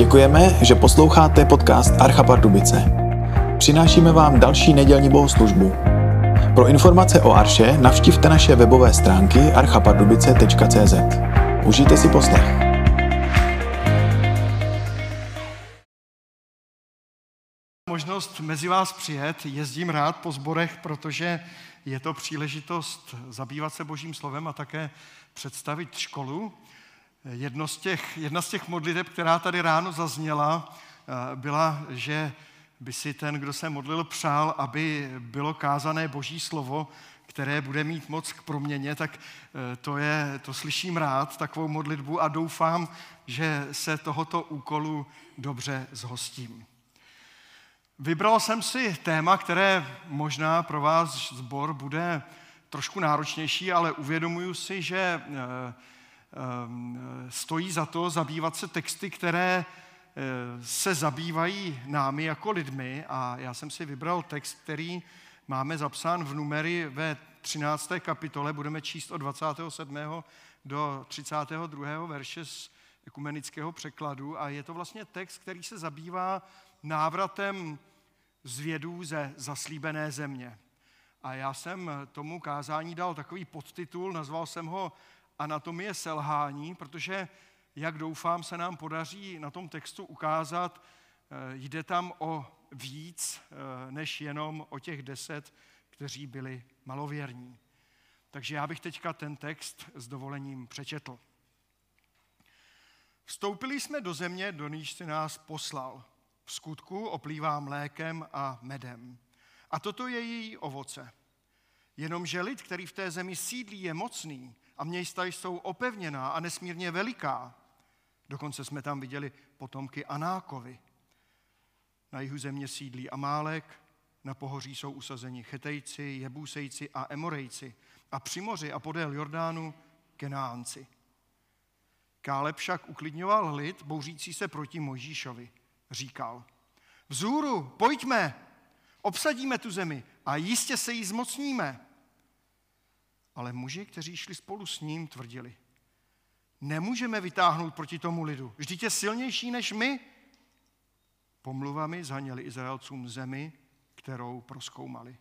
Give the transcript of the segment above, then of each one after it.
Děkujeme, že posloucháte podcast Archa Pardubice. Přinášíme vám další nedělní bohoslužbu. Pro informace o Arše navštivte naše webové stránky archapardubice.cz. Užijte si poslech. Možnost mezi vás přijet, jezdím rád po sborech, protože je to příležitost zabývat se Božím slovem a také představit školu. Jedna z těch modliteb, která tady ráno zazněla, byla, že by si ten, kdo se modlil, přál, aby bylo kázané Boží slovo, které bude mít moc k proměně, tak to slyším rád, takovou modlitbu, a doufám, že se tohoto úkolu dobře zhostím. Vybral jsem si téma, které možná pro vás sbor bude trošku náročnější, ale uvědomuji si, že stojí za to zabývat se texty, které se zabývají námi jako lidmi, a já jsem si vybral text, který máme zapsán v Numery ve 13. kapitole, budeme číst od 27. do 32. verše z ekumenického překladu, a je to vlastně text, který se zabývá návratem zvědů ze zaslíbené země. A já jsem tomu kázání dal takový podtitul, nazval jsem ho Anatomie selhání, protože, jak doufám, se nám podaří na tom textu ukázat, jde tam o víc, než jenom o těch 10, kteří byli malověrní. Takže já bych teďka ten text s dovolením přečetl. Vstoupili jsme do země, do níž si nás poslal. V skutku oplývá mlékem a medem. A toto je její ovoce. Jenomže lid, který v té zemi sídlí, je mocný a města jsou opevněná a nesmírně veliká. Dokonce jsme tam viděli potomky Anákovi. Na jihu země sídlí Amálek, na pohoří jsou usazeni Chetejci, Jebusejci a Emorejci a při moři a podél Jordánu Kenánci. Káleb však uklidňoval lid, bouřící se proti Mojžíšovi. Říkal: Vzhůru, pojďme, obsadíme tu zemi a jistě se jí zmocníme. Ale muži, kteří šli spolu s ním, tvrdili: Nemůžeme vytáhnout proti tomu lidu, vždyť je silnější než my. Pomluvami zhaněli Izraelcům zemi, kterou prozkoumali.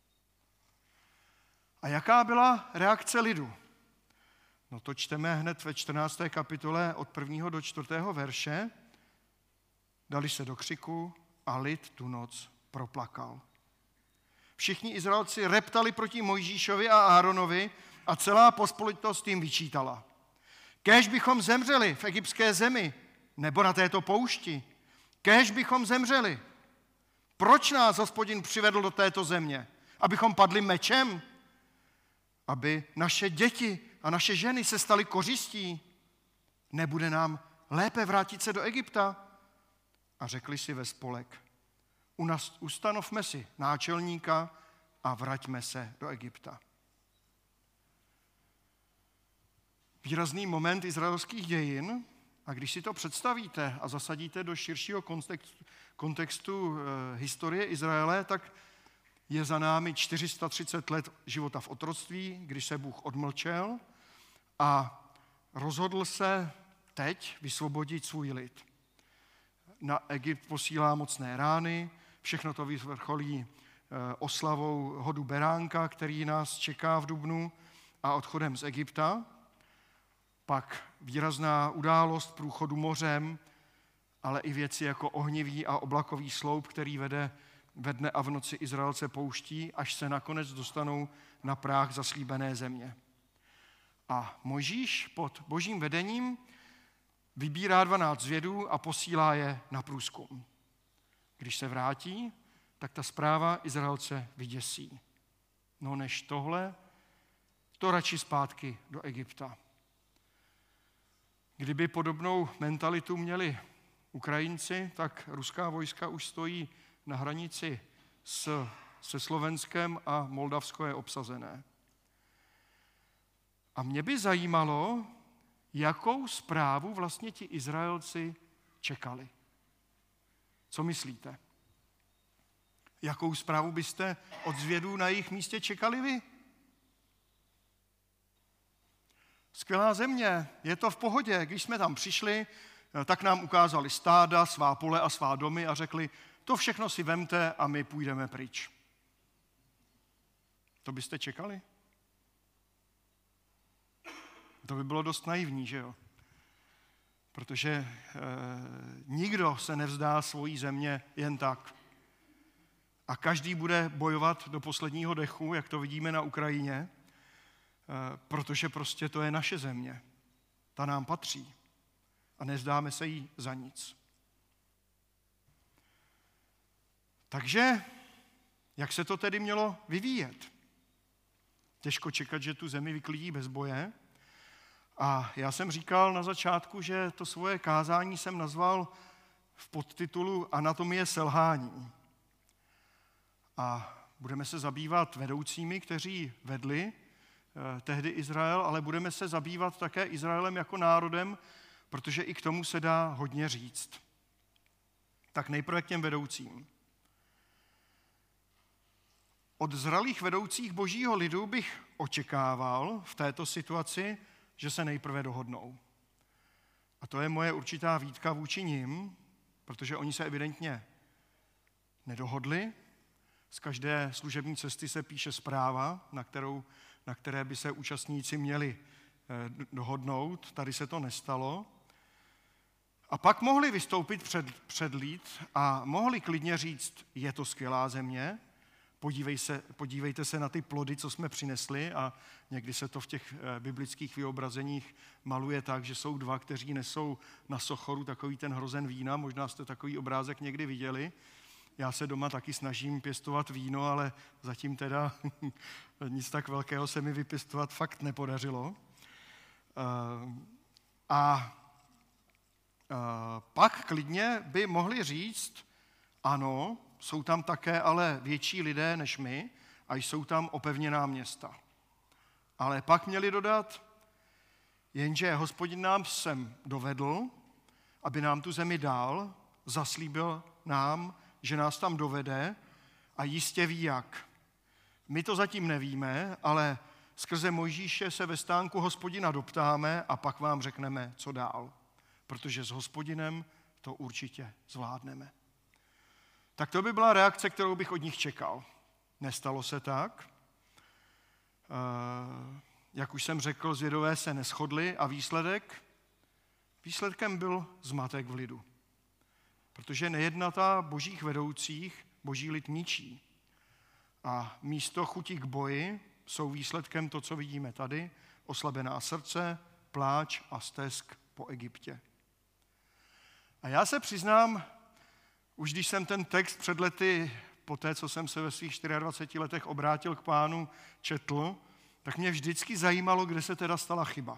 A jaká byla reakce lidu? No to čteme hned ve 14. kapitole od 1. do 4. verše. Dali se do křiku a lid tu noc proplakal. Všichni Izraelci reptali proti Mojžíšovi a Áronovi a celá pospolitost jim vyčítala: Kéž bychom zemřeli v egyptské zemi nebo na této poušti. Kéž bychom zemřeli. Proč nás Hospodin přivedl do této země? Abychom padli mečem? Aby naše děti a naše ženy se staly kořistí? Nebude nám lépe vrátit se do Egypta? A řekli si ve spolek: Ustanovme si náčelníka a vraťme se do Egypta. Výrazný moment izraelských dějin, a když si to představíte a zasadíte do širšího kontextu historie Izraele, tak je za námi 430 let života v otroctví, kdy se Bůh odmlčel a rozhodl se teď vysvobodit svůj lid. Na Egypt posílá mocné rány, všechno to vyvrcholí oslavou hodu beránka, který nás čeká v dubnu, a odchodem z Egypta. Pak výrazná událost průchodu mořem, ale i věci jako ohnivý a oblakový sloup, který vede ve dne a v noci Izraelce pouští, až se nakonec dostanou na práh zaslíbené země. A Mojžíš pod božím vedením vybírá 12 zvědů a posílá je na průzkum. Když se vrátí, tak ta zpráva Izraelce vyděsí. No než tohle, to radši zpátky do Egypta. Kdyby podobnou mentalitu měli Ukrajinci, tak ruská vojska už stojí na hranici se Slovenskem a Moldavsko je obsazené. A mě by zajímalo, jakou zprávu vlastně ti Izraelci čekali. Co myslíte? Jakou zprávu byste od zvědů na jejich místě čekali vy? Skvělá země, je to v pohodě. Když jsme tam přišli, tak nám ukázali stáda, svá pole a svá domy a řekli, to všechno si vemte a my půjdeme pryč. To byste čekali? To by bylo dost naivní, že jo? Protože nikdo se nevzdá svojí země jen tak. A každý bude bojovat do posledního dechu, jak to vidíme na Ukrajině, protože prostě to je naše země. Ta nám patří. A nevzdáme se jí za nic. Takže, jak se to tedy mělo vyvíjet? Těžko čekat, že tu zemi vyklidí bez boje. A já jsem říkal na začátku, že to svoje kázání jsem nazval v podtitulu Anatomie selhání. A budeme se zabývat vedoucími, kteří vedli tehdy Izrael, ale budeme se zabývat také Izraelem jako národem, protože i k tomu se dá hodně říct. Tak nejprve k těm vedoucím. Od zralých vedoucích božího lidu bych očekával v této situaci, že se nejprve dohodnou. A to je moje určitá výtka vůči nim, protože oni se evidentně nedohodli. Z každé služební cesty se píše zpráva, na které by se účastníci měli dohodnout. Tady se to nestalo. A pak mohli vystoupit před lid a mohli klidně říct, je to skvělá země, podívejte se na ty plody, co jsme přinesli, a někdy se to v těch biblických vyobrazeních maluje tak, že jsou dva, kteří nesou na sochoru takový ten hrozen vína, možná jste takový obrázek někdy viděli. Já se doma taky snažím pěstovat víno, ale zatím teda nic tak velkého se mi vypěstovat fakt nepodařilo. A pak klidně by mohli říct, ano, jsou tam také ale větší lidé než my a jsou tam opevněná města. Ale pak měli dodat, jenže Hospodin nám sem dovedl, aby nám tu zemi dal, zaslíbil nám, že nás tam dovede a jistě ví jak. My to zatím nevíme, ale skrze Mojžíše se ve stánku Hospodina doptáme a pak vám řekneme, co dál. Protože s Hospodinem to určitě zvládneme. Tak to by byla reakce, kterou bych od nich čekal. Nestalo se tak. Jak už jsem řekl, zvědové se neshodli a výsledkem byl zmatek v lidu. Protože nejednatá božích vedoucích boží lid ničí. A místo chutí k boji jsou výsledkem to, co vidíme tady, oslabená srdce, pláč a stesk po Egyptě. A já se přiznám, už když jsem ten text před lety, po té, co jsem se ve svých 24 letech obrátil k Pánu, četl, tak mě vždycky zajímalo, kde se teda stala chyba.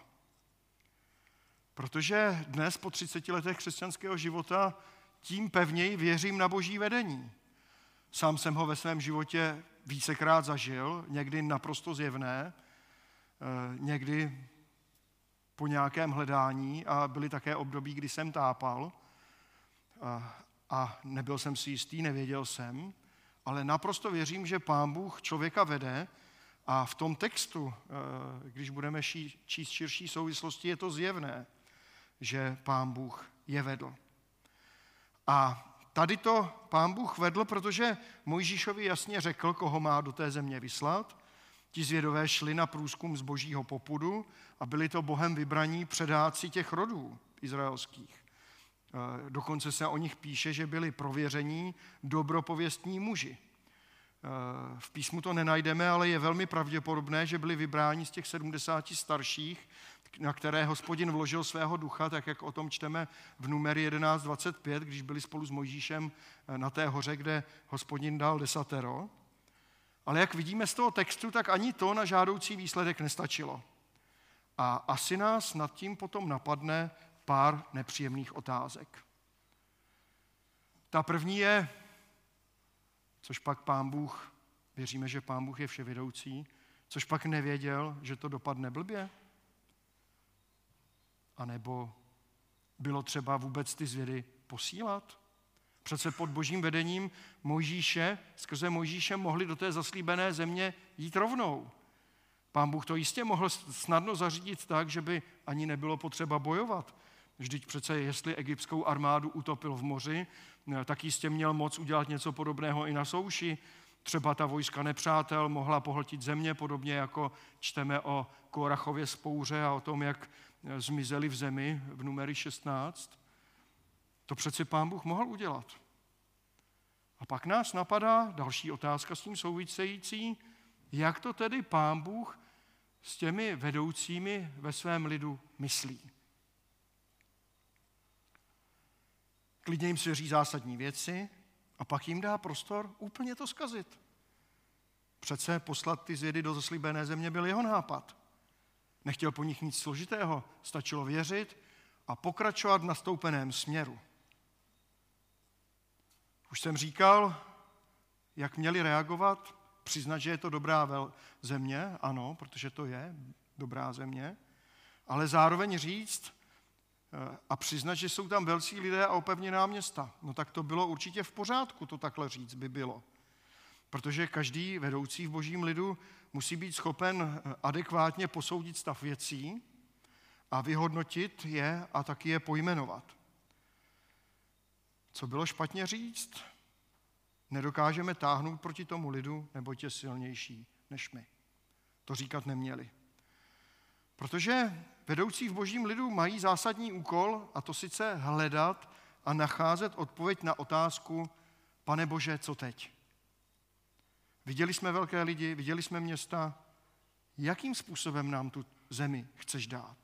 Protože dnes po 30 letech křesťanského života tím pevněji věřím na boží vedení. Sám jsem ho ve svém životě vícekrát zažil, někdy naprosto zjevné, někdy po nějakém hledání a byly také období, kdy jsem tápal a nebyl jsem si jistý, nevěděl jsem, ale naprosto věřím, že Pán Bůh člověka vede a v tom textu, když budeme číst širší souvislosti, je to zjevné, že Pán Bůh je vedl. A tady to Pán Bůh vedl, protože Mojžíšovi jasně řekl, koho má do té země vyslat. Ti zvědové šli na průzkum z božího popudu a byli to Bohem vybraní předáci těch rodů izraelských. Dokonce se o nich píše, že byli prověření dobropověstní muži. V písmu to nenajdeme, ale je velmi pravděpodobné, že byli vybráni z těch 70 starších, na které Hospodin vložil svého ducha, tak jak o tom čteme v Numery 11.25, když byli spolu s Mojžíšem na té hoře, kde Hospodin dal desatero. Ale jak vidíme z toho textu, tak ani to na žádoucí výsledek nestačilo. A asi nás nad tím potom napadne pár nepříjemných otázek. Ta první je, což pak Pán Bůh, věříme, že Pán Bůh je vševědoucí, což pak nevěděl, že to dopadne blbě? A nebo bylo třeba vůbec ty zvědy posílat? Přece pod božím vedením Mojžíše, skrze Mojžíše mohli do té zaslíbené země jít rovnou. Pán Bůh to jistě mohl snadno zařídit tak, že by ani nebylo potřeba bojovat. Vždyť přece, jestli egyptskou armádu utopil v moři, tak jistě měl moc udělat něco podobného i na souši. Třeba ta vojska nepřátel mohla pohltit země, podobně jako čteme o Korachově vzpouře a o tom, jak zmizeli v zemi v Numery 16. To přeci Pán Bůh mohl udělat. A pak nás napadá další otázka s tím související, jak to tedy Pán Bůh s těmi vedoucími ve svém lidu myslí. Klidně jim svěří zásadní věci a pak jim dá prostor úplně to zkazit. Přece poslat ty zvědy do zaslíbené země byl jeho nápad. Nechtěl po nich nic složitého, stačilo věřit a pokračovat v nastoupeném směru. Už jsem říkal, jak měli reagovat, přiznat, že je to dobrá země, ano, protože to je dobrá země, ale zároveň říct a přiznat, že jsou tam velcí lidé a opevněná města. No tak to bylo určitě v pořádku, to takhle říct by bylo. Protože každý vedoucí v božím lidu musí být schopen adekvátně posoudit stav věcí a vyhodnotit je a taky je pojmenovat. Co bylo špatně říct? Nedokážeme táhnout proti tomu lidu, neboť je silnější než my. To říkat neměli. Protože vedoucí v božím lidu mají zásadní úkol, a to sice hledat a nacházet odpověď na otázku, Pane Bože, co teď? Viděli jsme velké lidi, viděli jsme města, jakým způsobem nám tu zemi chceš dát?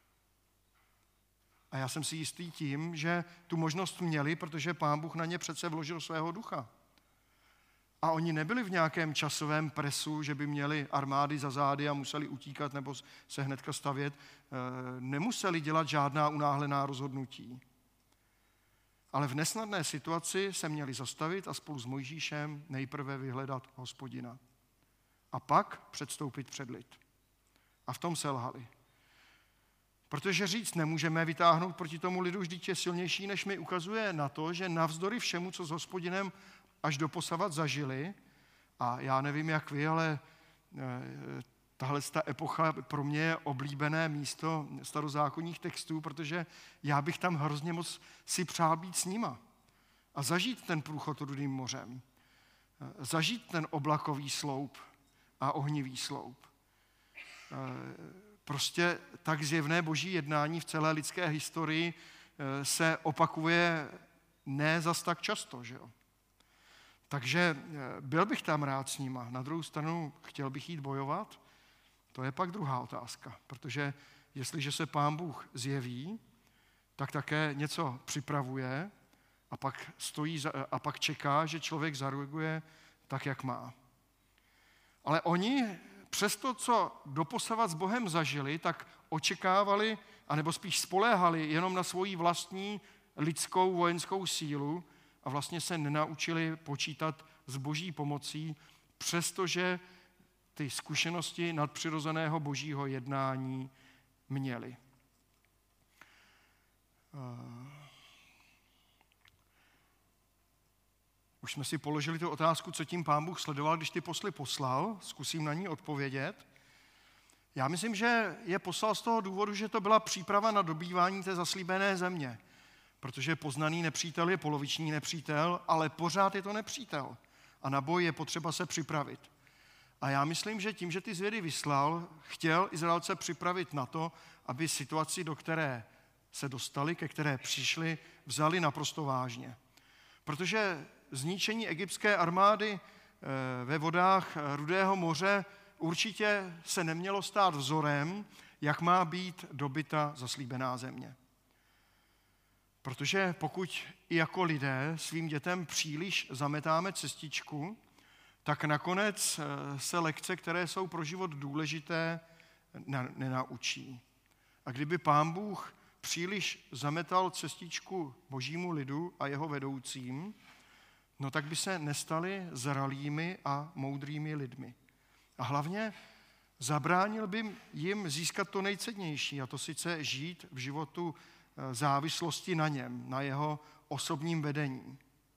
A já jsem si jistý tím, že tu možnost měli, protože Pán Bůh na ně přece vložil svého ducha. A oni nebyli v nějakém časovém presu, že by měli armády za zády a museli utíkat nebo se hnedka stavět. Nemuseli dělat žádná unáhlená rozhodnutí. Ale v nesnadné situaci se měli zastavit a spolu s Mojžíšem nejprve vyhledat Hospodina. A pak předstoupit před lid. A v tom selhali. Protože říct nemůžeme vytáhnout proti tomu lidu, vždyť je silnější než my, ukazuje na to, že navzdory všemu, co s Hospodinem až doposavat zažili, a já nevím, jak vy, ale tahle epocha pro mě je oblíbené místo starozákonních textů, protože já bych tam hrozně moc si přál být s nima a zažít ten průchod Rudým mořem, zažít ten oblakový sloup a ohnivý sloup. Prostě tak zjevné boží jednání v celé lidské historii se opakuje ne zas tak často, že jo? Takže byl bych tam rád s nima. Na druhou stranu chtěl bych jít bojovat, to je pak druhá otázka, protože jestliže se Pán Bůh zjeví, tak také něco připravuje a pak stojí a pak čeká, že člověk zareaguje tak, jak má. Ale oni přes to, co doposavat s Bohem zažili, tak očekávali, anebo spíš spoléhali jenom na svoji vlastní lidskou vojenskou sílu a vlastně se nenaučili počítat s boží pomocí, přestože ty zkušenosti nadpřirozeného božího jednání měli. Už jsme si položili tu otázku, co tím Pán Bůh sledoval, když ty posly poslal. Zkusím na ní odpovědět. Já myslím, že je poslal z toho důvodu, že to byla příprava na dobývání té zaslíbené země. Protože poznaný nepřítel je poloviční nepřítel, ale pořád je to nepřítel. A na boj je potřeba se připravit. A já myslím, že tím, že ty zvědy vyslal, chtěl Izraelce připravit na to, aby situaci, do které se dostali, ke které přišli, vzali naprosto vážně. Protože zničení egyptské armády ve vodách Rudého moře určitě se nemělo stát vzorem, jak má být dobyta zaslíbená země. Protože pokud i jako lidé svým dětem příliš zametáme cestičku, tak nakonec se lekce, které jsou pro život důležité, nenaučí. A kdyby Pán Bůh příliš zametal cestičku božímu lidu a jeho vedoucím, no tak by se nestali zralými a moudrými lidmi. A hlavně zabránil by jim získat to nejcennější, a to sice žít v životu závislosti na něm, na jeho osobním vedení.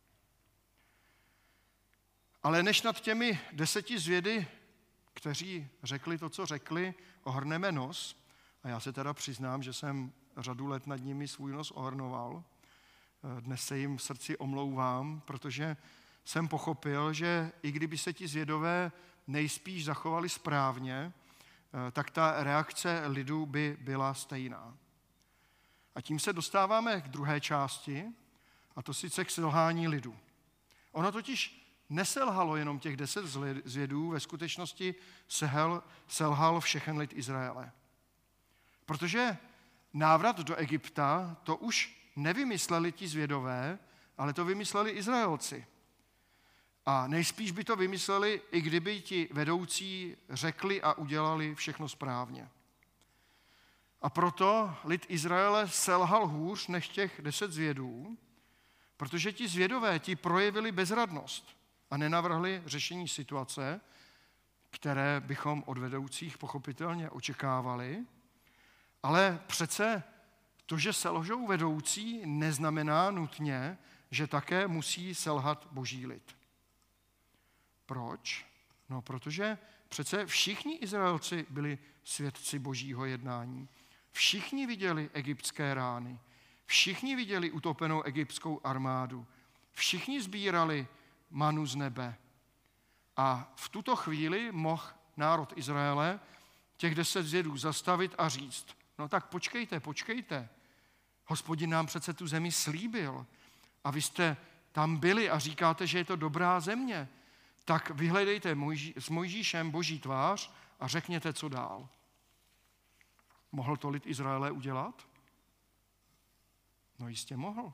Ale než nad těmi 10 zvědy, kteří řekli to, co řekli, ohrneme nos, a já se teda přiznám, že jsem řadu let nad nimi svůj nos ohrnoval. Dnes se jim v srdci omlouvám, protože jsem pochopil, že i kdyby se ti zvědové nejspíš zachovali správně, tak ta reakce lidu by byla stejná. A tím se dostáváme k druhé části, a to sice k selhání lidu. Ono totiž neselhalo jenom těch 10 zvědů, ve skutečnosti selhal všechen lid Izraele. Protože návrat do Egypta to už nevymysleli ti zvědové, ale to vymysleli Izraelci. A nejspíš by to vymysleli, i kdyby ti vedoucí řekli a udělali všechno správně. A proto lid Izraele selhal hůř než těch 10 zvědů, protože ti zvědové ti projevili bezradnost a nenavrhli řešení situace, které bychom od vedoucích pochopitelně očekávali, ale přece to, že selžou vedoucí, neznamená nutně, že také musí selhat boží lid. Proč? No, protože přece všichni Izraelci byli svědci božího jednání. Všichni viděli egyptské rány. Všichni viděli utopenou egyptskou armádu. Všichni sbírali manu z nebe. A v tuto chvíli mohl národ Izraele těch 10 zvědů zastavit a říct, no tak počkejte. Hospodin nám přece tu zemi slíbil a vy jste tam byli a říkáte, že je to dobrá země. Tak vyhledejte s Mojžíšem boží tvář a řekněte, co dál. Mohl to lid Izraele udělat? No jistě mohl.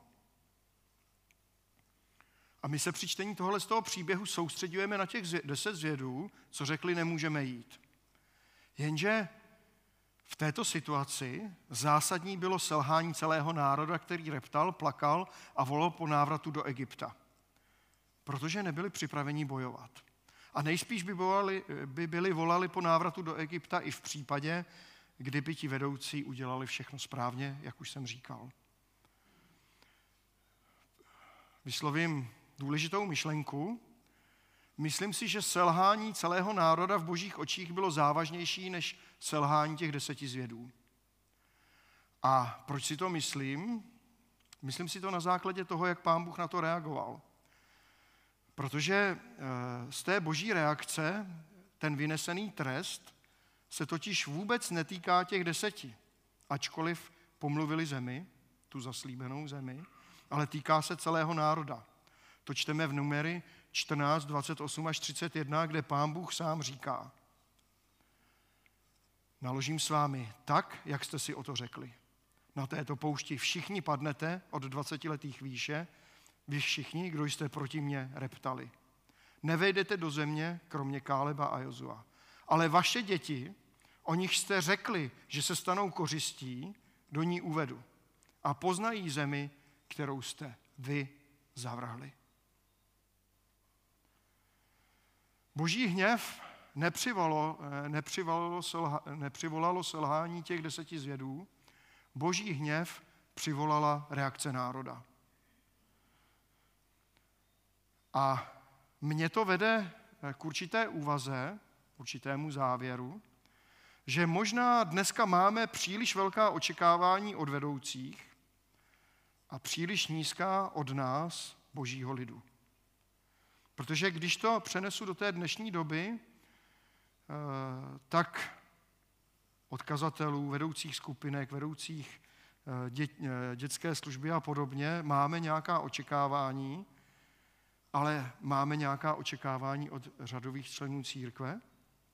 A my se při čtení tohle z toho příběhu soustředujeme na těch 10 zvědů, co řekli, nemůžeme jít. Jenže v této situaci zásadní bylo selhání celého národa, který reptal, plakal a volal po návratu do Egypta. Protože nebyli připraveni bojovat. A nejspíš by byli volali po návratu do Egypta i v případě, kdyby ti vedoucí udělali všechno správně, jak už jsem říkal. Vyslovím důležitou myšlenku. Myslím si, že selhání celého národa v božích očích bylo závažnější než selhání těch 10 zvědů. A proč si to myslím? Myslím si to na základě toho, jak Pán Bůh na to reagoval. Protože z té boží reakce ten vynesený trest se totiž vůbec netýká těch 10, ačkoliv pomluvili zemi, tu zaslíbenou zemi, ale týká se celého národa. To čteme v Numery 14, 28 až 31, kde Pán Bůh sám říká: Naložím s vámi tak, jak jste si o to řekli. Na této poušti všichni padnete od 20letých výše, vy všichni, kdo jste proti mně reptali. Nevejdete do země, kromě Káleba a Jozua. Ale vaše děti, o nich jste řekli, že se stanou kořistí, do ní uvedu. A poznají zemi, kterou jste vy zavrhli. Boží hněv nepřivolalo selhání těch 10 zvědů, boží hněv přivolala reakce národa. A mě to vede k určité úvaze, určitému závěru, že možná dneska máme příliš velká očekávání od vedoucích a příliš nízká od nás, božího lidu. Protože když to přenesu do té dnešní doby, tak od kazatelů, vedoucích skupinek, vedoucích dětské služby a podobně máme nějaká očekávání, ale máme nějaká očekávání od řadových členů církve.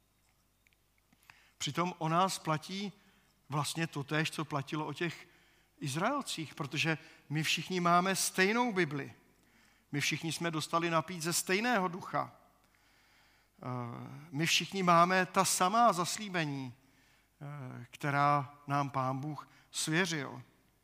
Přitom o nás platí vlastně totéž, co platilo o těch Izraelcích, protože my všichni máme stejnou Bibli. My všichni jsme dostali napít ze stejného ducha. My všichni máme ta samá zaslíbení, která nám Pán Bůh svěřil.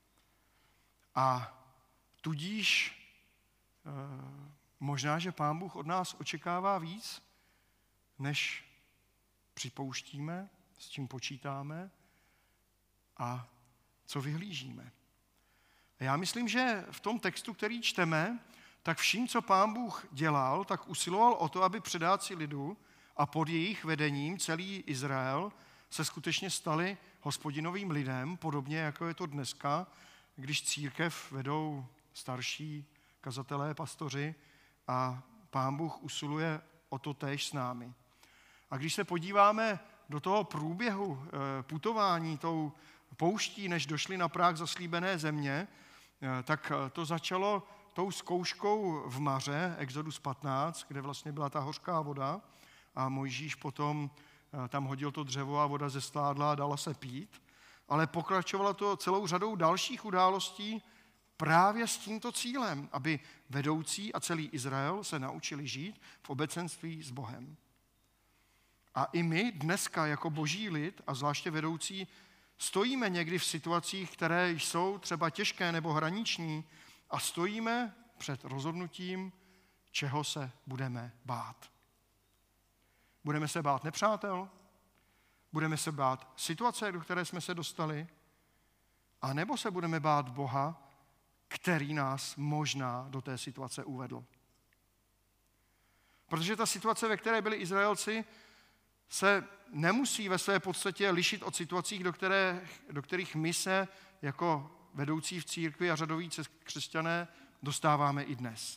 A tudíž možná, že Pán Bůh od nás očekává víc, než připouštíme, s čím počítáme a co vyhlížíme. A já myslím, že v tom textu, který čteme, tak vším, co Pán Bůh dělal, tak usiloval o to, aby předáci lidu a pod jejich vedením celý Izrael se skutečně stali Hospodinovým lidem, podobně jako je to dneska, když církev vedou starší kazatelé, pastoři a Pán Bůh usiluje o to též s námi. A když se podíváme do toho průběhu putování tou pouští, než došli na práh zaslíbené země, tak to začalo tou zkouškou v Maře, Exodus 15, kde vlastně byla ta hořká voda a Mojžíš potom tam hodil to dřevo a voda zestádla a dala se pít. Ale pokračovalo to celou řadou dalších událostí právě s tímto cílem, aby vedoucí a celý Izrael se naučili žít v obecenství s Bohem. A i my dneska jako boží lid a zvláště vedoucí stojíme někdy v situacích, které jsou třeba těžké nebo hraniční a stojíme před rozhodnutím, čeho se budeme bát. Budeme se bát nepřátel? Budeme se bát situace, do které jsme se dostali? A nebo se budeme bát Boha, který nás možná do té situace uvedl? Protože ta situace, ve které byli Izraelci, se nemusí ve své podstatě lišit od situací, do kterých my se jako vedoucí v církvi a řadoví křesťané dostáváme i dnes.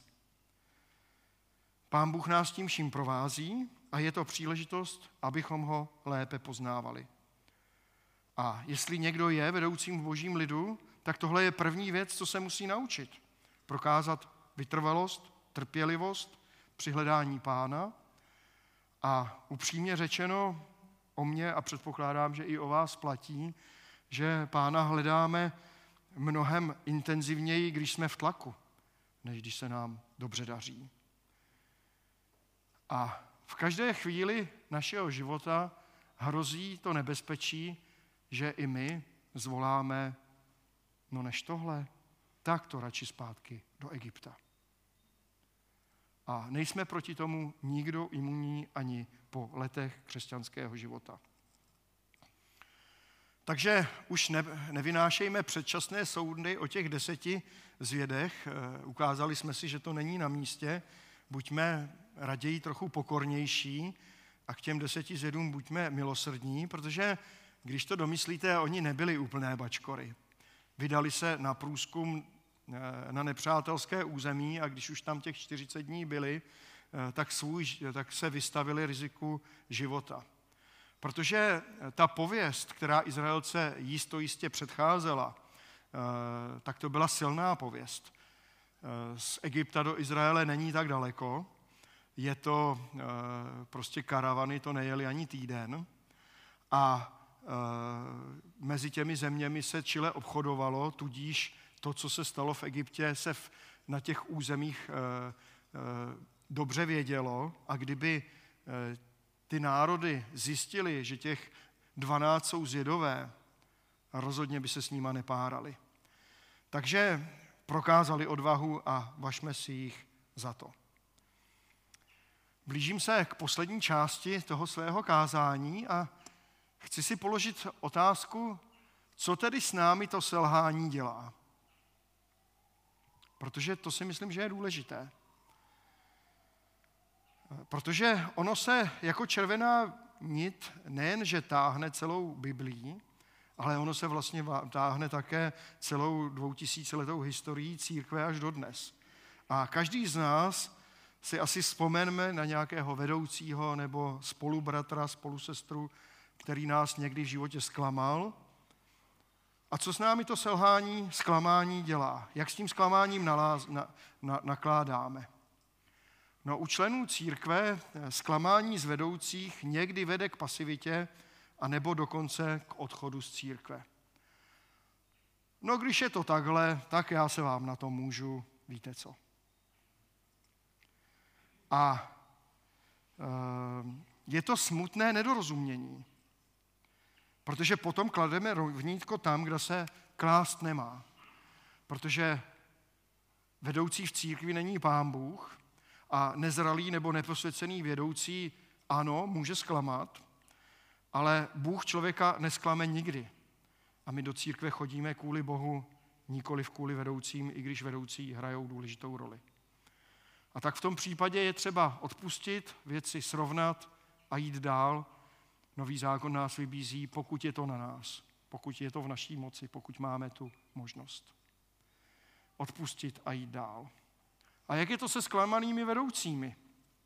Pán Bůh nás tím vším provází a je to příležitost, abychom ho lépe poznávali. A jestli někdo je vedoucím v božím lidu, tak tohle je první věc, co se musí naučit. Prokázat vytrvalost, trpělivost při hledání Pána. A upřímně řečeno o mně a předpokládám, že i o vás platí, že Pána hledáme mnohem intenzivněji, když jsme v tlaku, než když se nám dobře daří. A v každé chvíli našeho života hrozí to nebezpečí, že i my zvoláme, no než tohle, tak to radši zpátky do Egypta. A nejsme proti tomu nikdo imunní ani po letech křesťanského života. Takže už nevynášejme předčasné soudy o těch 10 zvědech. Ukázali jsme si, že to není na místě. Buďme raději trochu pokornější a k těm 10 zvědům buďme milosrdní, protože když to domyslíte, oni nebyli úplné bačkory. Vydali se na průzkum na nepřátelské území a když už tam těch 40 dní byli, tak se vystavili riziku života. Protože ta pověst, která Izraelce jistě předcházela, tak to byla silná pověst. Z Egypta do Izraele není tak daleko, je to prostě karavany, to nejeli ani týden a mezi těmi zeměmi se čile obchodovalo, tudíž to, co se stalo v Egyptě, se na těch územích dobře vědělo a kdyby ty národy zjistili, že těch 12 jsou zvědové, rozhodně by se s nima nepárali. Takže prokázali odvahu a važme si jich za to. Blížím se k poslední části toho svého kázání a chci si položit otázku, co tedy s námi to selhání dělá. Protože to si myslím, že je důležité. Protože ono se jako červená nit nejenže táhne celou Biblií, ale ono se vlastně táhne také celou 2000letou historií církve až dodnes. A každý z nás si asi vzpomeneme na nějakého vedoucího nebo spolubratra, spolusestru, který nás někdy v životě zklamal. A co s námi to selhání, zklamání dělá? Jak s tím zklamáním nakládáme? No, u členů církve zklamání z vedoucích někdy vede k pasivitě a nebo dokonce k odchodu z církve. No, když je to takhle, tak já se vám na to můžu, víte co. A je to smutné nedorozumění, protože potom klademe rovnítko tam, kde se klást nemá. Protože vedoucí v církvi není Pán Bůh a nezralý nebo neposvěcený vedoucí, ano, může zklamat, ale Bůh člověka nesklame nikdy. A my do církve chodíme kvůli Bohu, nikoliv kvůli vedoucím, i když vedoucí hrajou důležitou roli. A tak v tom případě je třeba odpustit, věci srovnat a jít dál, Nový zákon nás vybízí, pokud je to na nás, pokud je to v naší moci, pokud máme tu možnost. Odpustit a jít dál. A jak je to se zklamanými vedoucími?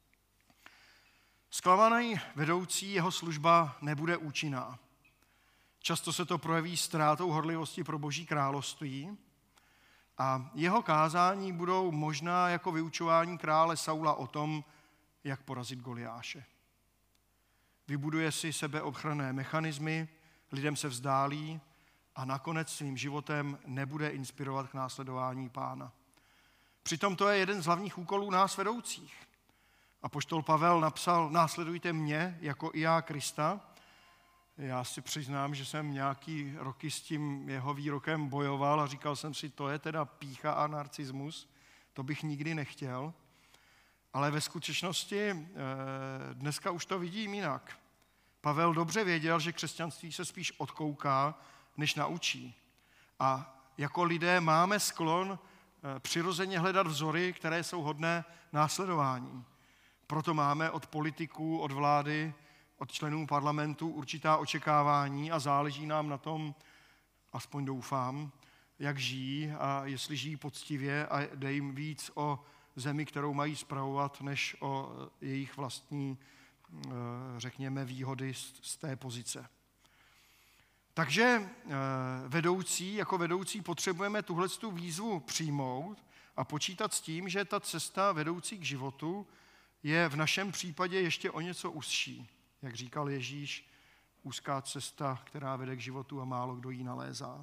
Zklamaný vedoucí, jeho služba nebude účinná. Často se to projeví ztrátou horlivosti pro Boží království a jeho kázání budou možná jako vyučování krále Saula o tom, jak porazit Goliáše. Vybuduje si sebeochranné mechanismy, lidem se vzdálí a nakonec svým životem nebude inspirovat k následování Pána. Přitom to je jeden z hlavních úkolů nás vedoucích. Apoštol Pavel napsal, následujte mě, jako i já Krista. Já si přiznám, že jsem nějaký roky s tím jeho výrokem bojoval a říkal jsem si, to je teda pýcha a narcismus, to bych nikdy nechtěl. Ale ve skutečnosti dneska už to vidím jinak. Pavel dobře věděl, že křesťanství se spíš odkouká, než naučí. A jako lidé máme sklon přirozeně hledat vzory, které jsou hodné následování. Proto máme od politiků, od vlády, od členů parlamentu určitá očekávání a záleží nám na tom, aspoň doufám, jak žijí a jestli žijí poctivě a jde jim víc o zemi, kterou mají spravovat, než o jejich vlastní, řekněme, výhody z té pozice. Takže jako vedoucí potřebujeme tuhletu výzvu přijmout a počítat s tím, že ta cesta vedoucí k životu je v našem případě ještě o něco uzší. Jak říkal Ježíš, úzká cesta, která vede k životu a málo kdo ji nalézá.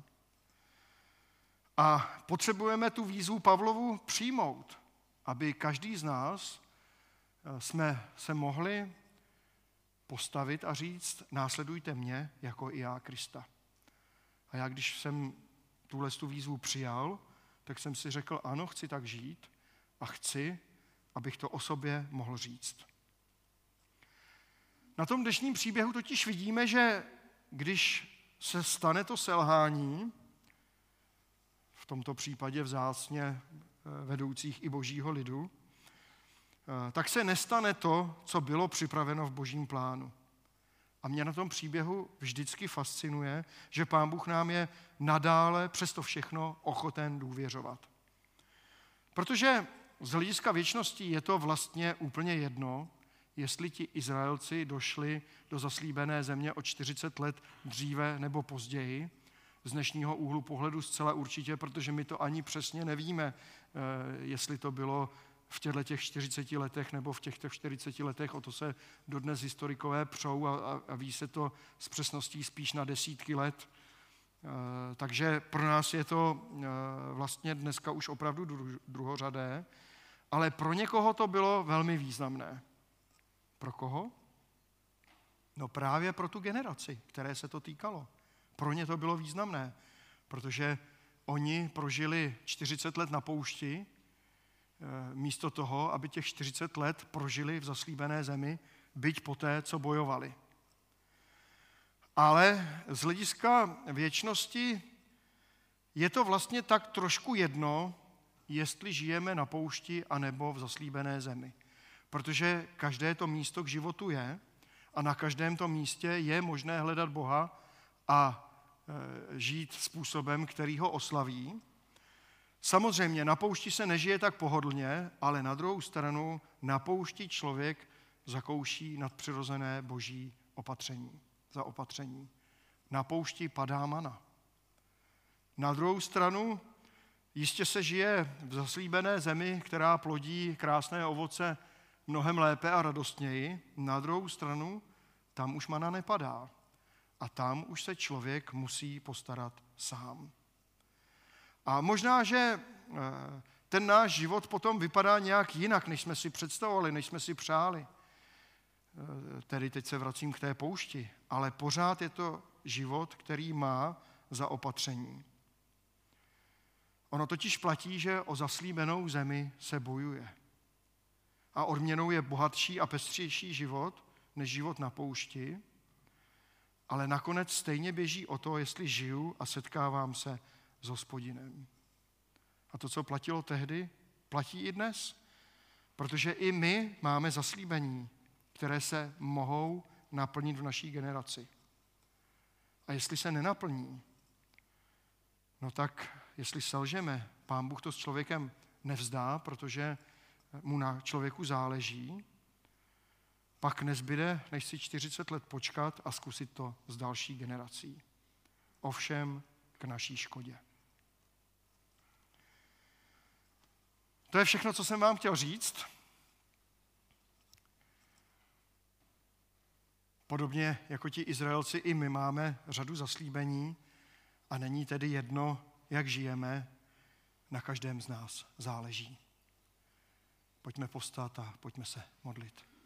A potřebujeme tu výzvu Pavlovu přijmout, aby každý z nás jsme se mohli postavit a říct, následujte mě, jako i já Krista. A já, když jsem tu výzvu přijal, tak jsem si řekl, ano, chci tak žít a chci, abych to o sobě mohl říct. Na tom dnešním příběhu totiž vidíme, že když se stane to selhání, v tomto případě vzácně vedoucích i Božího lidu, tak se nestane to, co bylo připraveno v Božím plánu. A mě na tom příběhu vždycky fascinuje, že Pán Bůh nám je nadále přesto všechno ochoten důvěřovat. Protože z hlediska věčnosti je to vlastně úplně jedno, jestli ti Izraelci došli do zaslíbené země o 40 let dříve nebo později, z dnešního úhlu pohledu zcela určitě, protože my to ani přesně nevíme, jestli to bylo v těch 40 letech nebo v těchto 40 letech, o to se dodnes historikové přou a ví se to s přesností spíš na desítky let. Takže pro nás je to vlastně dneska už opravdu druhořadé, ale pro někoho to bylo velmi významné. Pro koho? No právě pro tu generaci, které se to týkalo. Pro ně to bylo významné, protože oni prožili 40 let na poušti, místo toho, aby těch 40 let prožili v zaslíbené zemi, byť poté, co bojovali. Ale z hlediska věčnosti je to vlastně tak trošku jedno, jestli žijeme na poušti anebo v zaslíbené zemi. Protože každé to místo k životu je a na každém tom místě je možné hledat Boha a žít způsobem, který ho oslaví. Samozřejmě na poušti se nežije tak pohodlně, ale na druhou stranu na poušti člověk zakouší nadpřirozené Boží zaopatření. Na poušti padá mana. Na druhou stranu jistě se žije v zaslíbené zemi, která plodí krásné ovoce mnohem lépe a radostněji. Na druhou stranu tam už mana nepadá. A tam už se člověk musí postarat sám. A možná, že ten náš život potom vypadá nějak jinak, než jsme si představovali, než jsme si přáli. Tedy teď se vracím k té poušti, ale pořád je to život, který má zaopatření. Ono totiž platí, že o zaslíbenou zemi se bojuje. A odměnou je bohatší a pestřejší život, než život na poušti, ale nakonec stejně běží o to, jestli žiju a setkávám se s Hospodinem. A to, co platilo tehdy, platí i dnes, protože i my máme zaslíbení, které se mohou naplnit v naší generaci. A jestli se nenaplní, no tak jestli selžeme, Pán Bůh to s člověkem nevzdá, protože mu na člověku záleží, pak nezbyde, než si 40 let počkat a zkusit to s další generací. Ovšem k naší škodě. To je všechno, co jsem vám chtěl říct. Podobně jako ti Izraelci, i my máme řadu zaslíbení a není tedy jedno, jak žijeme, na každém z nás záleží. Pojďme povstat a pojďme se modlit.